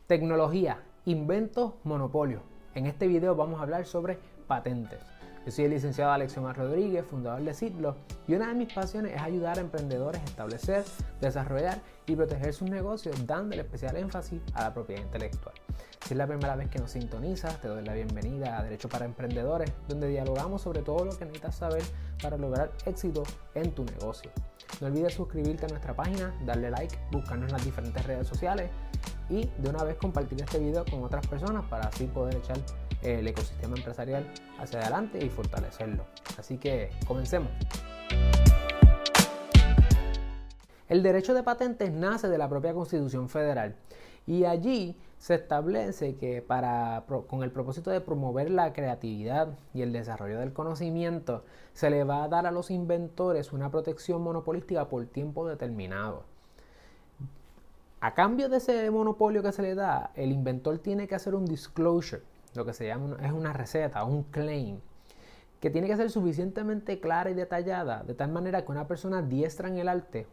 Tecnología, inventos, monopolios. En este video vamos a hablar sobre patentes. Yo soy el licenciado Alexiomar Rodríguez, fundador de Citlo, y una de mis pasiones es ayudar a emprendedores a establecer, desarrollar y proteger sus negocios, dándole especial énfasis a la propiedad intelectual. Si es la primera vez que nos sintonizas, te doy la bienvenida a Derecho para Emprendedores, donde dialogamos sobre todo lo que necesitas saber para lograr éxito en tu negocio. No olvides suscribirte a nuestra página, darle like, buscarnos en las diferentes redes sociales y de una vez compartir este video con otras personas para así poder echar el ecosistema empresarial hacia adelante y fortalecerlo. Así que comencemos. El derecho de patentes nace de la propia Constitución Federal y allí se establece que con el propósito de promover la creatividad y el desarrollo del conocimiento, se le va a dar a los inventores una protección monopolística por tiempo determinado. A cambio de ese monopolio que se le da, el inventor tiene que hacer un disclosure, lo que se llama es una receta, un claim, que tiene que ser suficientemente clara y detallada, de tal manera que una persona diestra en el arte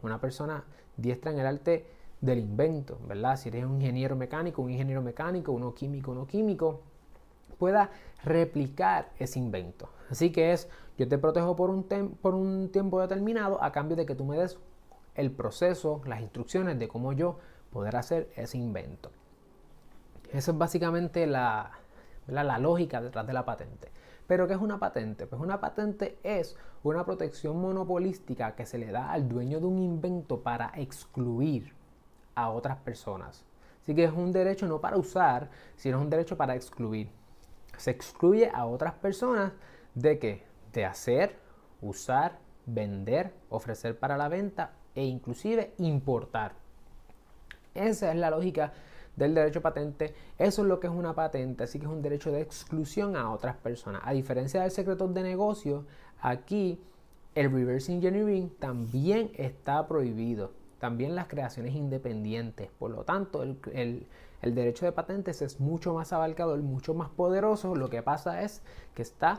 del invento, ¿verdad? Si eres un ingeniero mecánico, uno químico, pueda replicar ese invento. Así que yo te protejo por un tiempo determinado a cambio de que tú me des el proceso, las instrucciones de cómo yo poder hacer ese invento. Esa es básicamente la lógica detrás de la patente. ¿Pero qué es una patente? Pues una patente es una protección monopolística que se le da al dueño de un invento para excluir a otras personas. Así que es un derecho no para usar, sino es un derecho para excluir. Se excluye a otras personas ¿de qué? De hacer, usar, vender, ofrecer para la venta e inclusive importar. Esa es la lógica del derecho patente. Eso es lo que es una patente, así que es un derecho de exclusión a otras personas. A diferencia del secreto de negocio, aquí el reverse engineering también está prohibido. También las creaciones independientes. Por lo tanto, el derecho de patentes es mucho más abarcador, mucho más poderoso. Lo que pasa es que está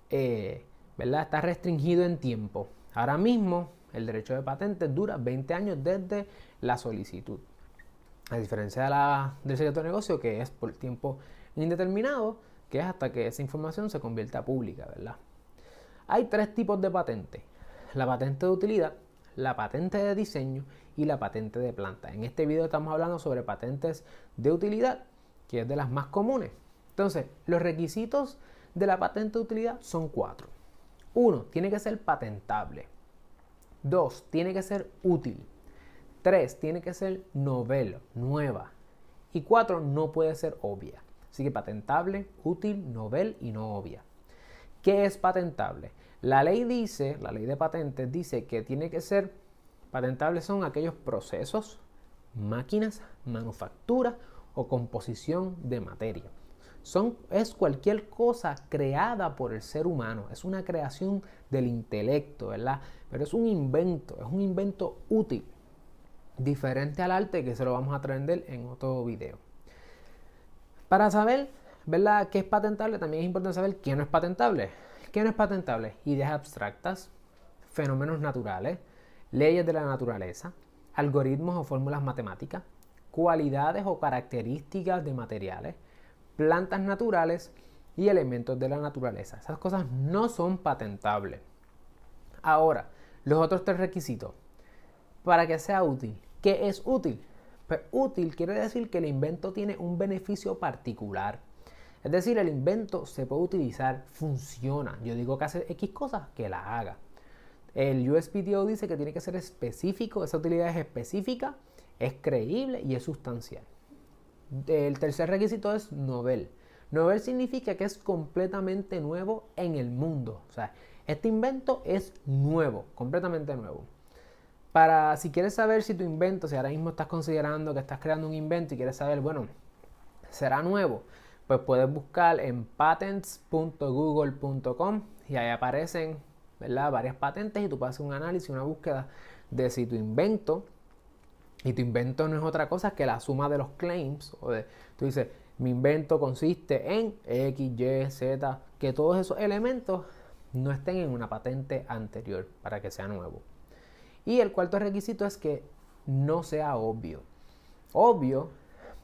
restringido en tiempo. Ahora mismo, el derecho de patentes dura 20 años desde la solicitud. A diferencia del secreto de negocio, que es por tiempo indeterminado, que es hasta que esa información se convierta pública, ¿verdad? Hay tres tipos de patentes: la patente de utilidad, la patente de diseño y la patente de planta. En este video estamos hablando sobre patentes de utilidad, que es de las más comunes. Entonces, los requisitos de la patente de utilidad son 4. 1. Tiene que ser patentable. 2. Tiene que ser útil. 3. Tiene que ser novel, nueva. Y 4. No puede ser obvia. Así que patentable, útil, novel y no obvia. ¿Qué es patentable? La ley de patentes dice que tiene que ser patentables son aquellos procesos, máquinas, manufactura o composición de materia. Es cualquier cosa creada por el ser humano, es una creación del intelecto, ¿verdad? Pero es un invento útil, diferente al arte, que se lo vamos a aprender en otro video. Para saber, ¿verdad?, qué es patentable, también es importante saber qué no es patentable. ¿Qué no es patentable? Ideas abstractas, fenómenos naturales, leyes de la naturaleza, algoritmos o fórmulas matemáticas, cualidades o características de materiales, plantas naturales y elementos de la naturaleza. Esas cosas no son patentables. Ahora, los otros 3 requisitos. Para que sea útil. ¿Qué es útil? Pues útil quiere decir que el invento tiene un beneficio particular. Es decir, el invento se puede utilizar, funciona. Yo digo que hace X cosas, que la haga. El USPTO dice que tiene que ser específico, esa utilidad es específica, es creíble y es sustancial. El tercer requisito es novel. Novel significa que es completamente nuevo en el mundo. O sea, este invento es nuevo, completamente nuevo. Si quieres saber si tu invento, si ahora mismo estás considerando que estás creando un invento y quieres saber, bueno, ¿será nuevo? Pues puedes buscar en patents.google.com y ahí aparecen, ¿verdad?, varias patentes y tú puedes hacer un análisis, una búsqueda de si tu invento, y tu invento no es otra cosa que la suma de los claims, tú dices, mi invento consiste en X, Y, Z, que todos esos elementos no estén en una patente anterior para que sea nuevo. Y el cuarto requisito es que no sea obvio. Obvio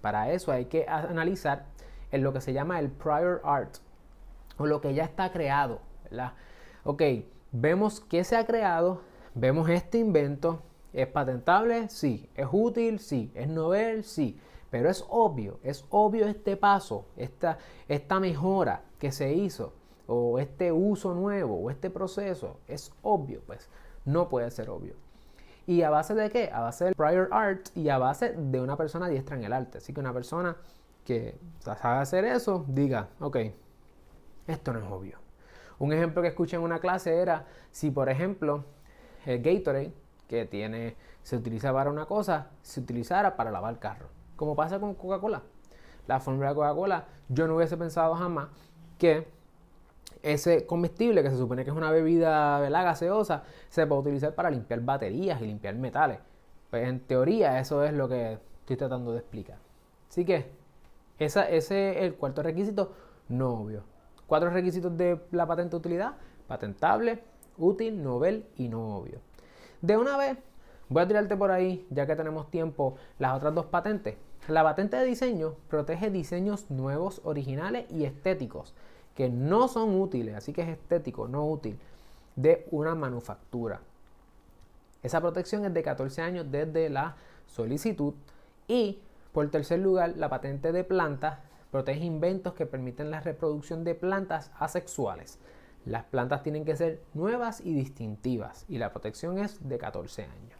Para eso hay que analizar en lo que se llama el prior art, o lo que ya está creado, ¿verdad? Ok, vemos qué se ha creado, vemos este invento, ¿es patentable? Sí. ¿Es útil? Sí. ¿Es novel? Sí. Pero es obvio este paso, esta mejora que se hizo, o este uso nuevo, o este proceso, es obvio, pues no puede ser obvio. ¿Y a base de qué? A base del prior art y a base de una persona diestra en el arte. Así que una persona que sabe hacer eso, diga, ok, esto no es obvio. Un ejemplo que escuché en una clase era si, por ejemplo, el Gatorade, que se utiliza para una cosa, se utilizara para lavar carro. Como pasa con Coca-Cola. La fórmula de Coca-Cola, yo no hubiese pensado jamás que ese comestible, que se supone que es una bebida, ¿verdad?, gaseosa, se puede utilizar para limpiar baterías y limpiar metales. Pues en teoría eso es lo que estoy tratando de explicar. Así que ese es el cuarto requisito no obvio. 4 requisitos de la patente de utilidad: patentable, útil, novel y no obvio. De una vez voy a tirarte por ahí, ya que tenemos tiempo, las otras 2 patentes. La patente de diseño protege diseños nuevos, originales y estéticos que no son útiles, así que es estético, no útil, de una manufactura. Esa protección es de 14 años desde la solicitud. Y por tercer lugar, la patente de plantas protege inventos que permiten la reproducción de plantas asexuales. Las plantas tienen que ser nuevas y distintivas, y la protección es de 14 años.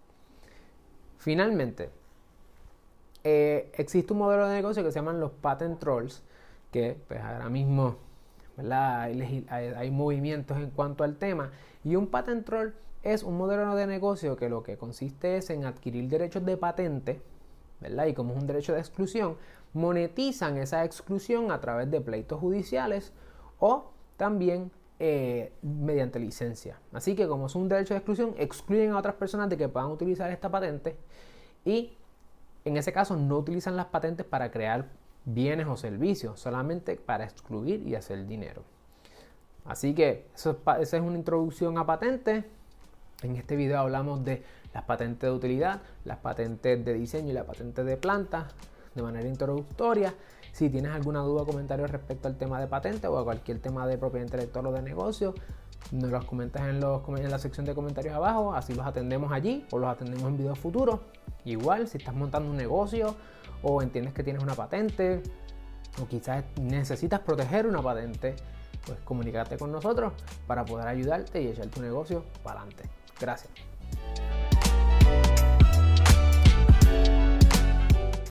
Finalmente, existe un modelo de negocio que se llaman los patent trolls, que pues ahora mismo, ¿verdad?, hay movimientos en cuanto al tema. Y un patent troll es un modelo de negocio que lo que consiste es en adquirir derechos de patente, ¿verdad? Y como es un derecho de exclusión, monetizan esa exclusión a través de pleitos judiciales o también mediante licencia. Así que como es un derecho de exclusión, excluyen a otras personas de que puedan utilizar esta patente, y en ese caso no utilizan las patentes para crear bienes o servicios, solamente para excluir y hacer dinero. Así que esa es una introducción a patentes. En este video hablamos de las patentes de utilidad, las patentes de diseño y la patente de plantas de manera introductoria. Si tienes alguna duda o comentario respecto al tema de patente o a cualquier tema de propiedad intelectual o de negocio, nos los comentas en la sección de comentarios abajo, así los atendemos allí o los atendemos en videos futuros. Igual, si estás montando un negocio o entiendes que tienes una patente o quizás necesitas proteger una patente, pues comunícate con nosotros para poder ayudarte y echar tu negocio para adelante. Gracias.